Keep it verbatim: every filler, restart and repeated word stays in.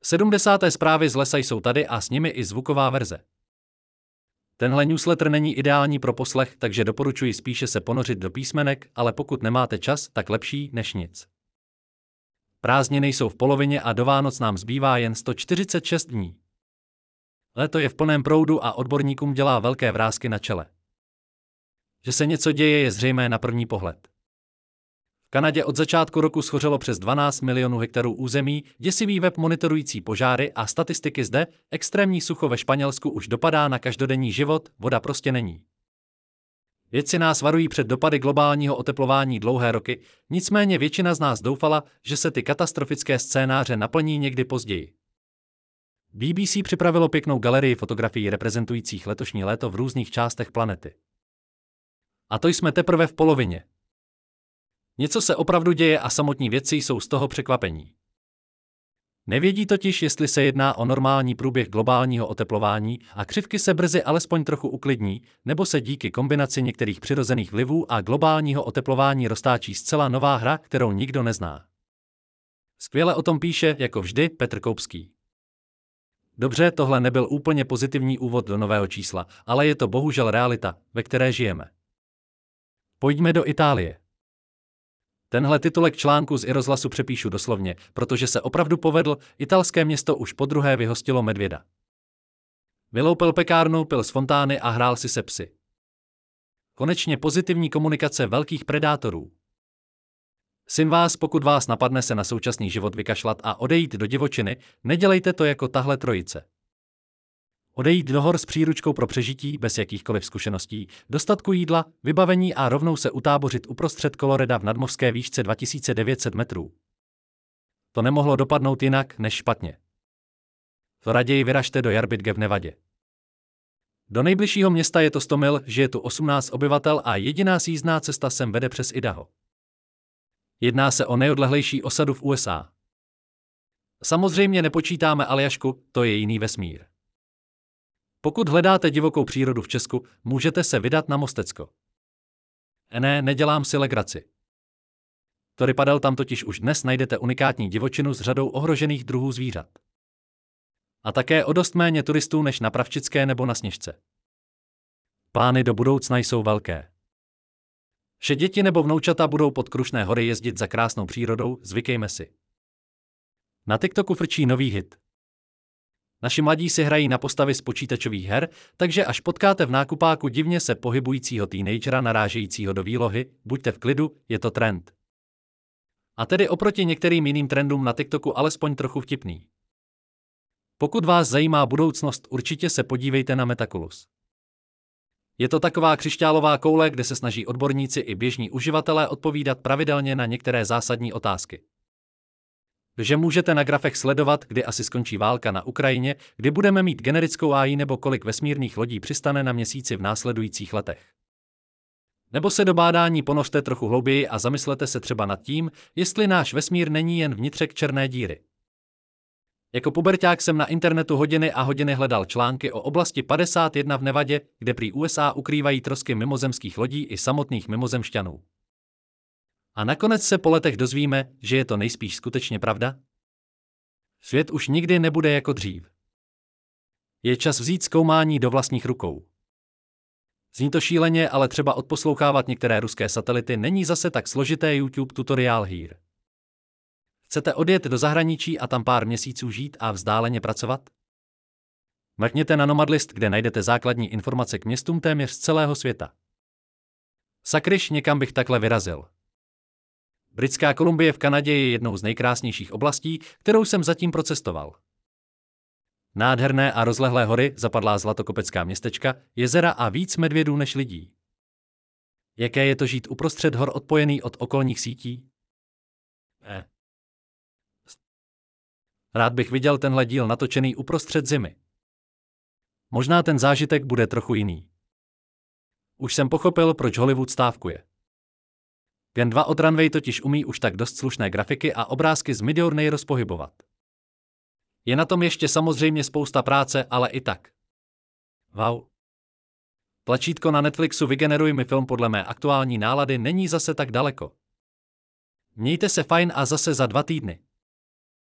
sedmdesáté zprávy z lesa jsou tady a s nimi i zvuková verze. Tenhle newsletter není ideální pro poslech, takže doporučuji spíše se ponořit do písmenek, ale pokud nemáte čas, tak lepší než nic. Prázdniny jsou v polovině a do Vánoc nám zbývá jen sto čtyřicet šest dní. Léto je v plném proudu a odborníkům dělá velké vrásky na čele. Že se něco děje, je zřejmé na první pohled. V Kanadě od začátku roku schořelo přes dvanáct milionů hektarů území, děsivý web monitorující požáry a statistiky zde, extrémní sucho ve Španělsku už dopadá na každodenní život, voda prostě není. Vědci nás varují před dopady globálního oteplování dlouhé roky, nicméně většina z nás doufala, že se ty katastrofické scénáře naplní někdy později. B B C připravilo pěknou galerii fotografií reprezentujících letošní léto v různých částech planety. A to jsme teprve v polovině. Něco se opravdu děje a samotní vědci jsou z toho překvapení. Nevědí totiž, jestli se jedná o normální průběh globálního oteplování a křivky se brzy alespoň trochu uklidní, nebo se díky kombinaci některých přirozených vlivů a globálního oteplování roztáčí zcela nová hra, kterou nikdo nezná. Skvěle o tom píše, jako vždy, Petr Koupský. Dobře, tohle nebyl úplně pozitivní úvod do nového čísla, ale je to bohužel realita, ve které žijeme. Pojďme do Itálie. Tenhle titulek článku z iRozhlasu přepíšu doslovně, protože se opravdu povedl, italské město už podruhé vyhostilo medvěda. Vyloupil pekárnu, pil z fontány a hrál si se psy. Konečně pozitivní komunikace velkých predátorů. Syn vás, pokud vás napadne se na současný život vykašlat a odejít do divočiny, nedělejte to jako tahle trojice. Odejít do hor s příručkou pro přežití, bez jakýchkoliv zkušeností, dostatku jídla, vybavení a rovnou se utábořit uprostřed Colorada v nadmořské výšce dva tisíce devět set metrů. To nemohlo dopadnout jinak než špatně. To raději vyražte do Jarbidge v Nevadě. Do nejbližšího města je to sto mil, žije tu osmnáct obyvatel a jediná sjízdná cesta sem vede přes Idaho. Jedná se o nejodlehlejší osadu v U S A. Samozřejmě nepočítáme Aljašku, to je jiný vesmír. Pokud hledáte divokou přírodu v Česku, můžete se vydat na Mostecko. Ne, nedělám si legraci. Tory Padel tam totiž už dnes najdete unikátní divočinu s řadou ohrožených druhů zvířat. A také o dost méně turistů než na Pravčické nebo na Sněžce. Plány do budoucna jsou velké. Vše děti nebo vnoučata budou pod Krušné hory jezdit za krásnou přírodou, zvykejme si. Na TikToku frčí nový hit. Naši mladí si hrají na postavy z počítačových her, takže až potkáte v nákupáku divně se pohybujícího teenagera narážejícího do výlohy, buďte v klidu, je to trend. A tedy oproti některým jiným trendům na TikToku alespoň trochu vtipný. Pokud vás zajímá budoucnost, určitě se podívejte na Metaculus. Je to taková křišťálová koule, kde se snaží odborníci i běžní uživatelé odpovídat pravidelně na některé zásadní otázky. Že můžete na grafech sledovat, kdy asi skončí válka na Ukrajině, kdy budeme mít generickou A I nebo kolik vesmírných lodí přistane na Měsíci v následujících letech. Nebo se do bádání ponořte trochu hlouběji a zamyslete se třeba nad tím, jestli náš vesmír není jen vnitřek černé díry. Jako puberťák jsem na internetu hodiny a hodiny hledal články o oblasti padesát jedna v Nevadě, kde prý U S A ukrývají trosky mimozemských lodí i samotných mimozemšťanů. A nakonec se po letech dozvíme, že je to nejspíš skutečně pravda? Svět už nikdy nebude jako dřív. Je čas vzít zkoumání do vlastních rukou. Zní to šíleně, ale třeba odposlouchávat některé ruské satelity není zase tak složité YouTube tutoriál here. Chcete odjet do zahraničí a tam pár měsíců žít a vzdáleně pracovat? Mrkněte na Nomadlist, kde najdete základní informace k městům téměř z celého světa. Sakryš, někam bych takhle vyrazil. Britská Kolumbie v Kanadě je jednou z nejkrásnějších oblastí, kterou jsem zatím procestoval. Nádherné a rozlehlé hory, zapadlá zlatokopecká městečka, jezera a víc medvědů než lidí. Jaké je to žít uprostřed hor odpojený od okolních sítí? Ne. Rád bych viděl tenhle díl natočený uprostřed zimy. Možná ten zážitek bude trochu jiný. Už jsem pochopil, proč Hollywood stávkuje. Gen dva od Runway totiž umí už tak dost slušné grafiky a obrázky z Midjourney rozpohybovat. Je na tom ještě samozřejmě spousta práce, ale i tak. Wow. Tlačítko na Netflixu vygeneruj mi film podle mé aktuální nálady není zase tak daleko. Mějte se fajn a zase za dva týdny.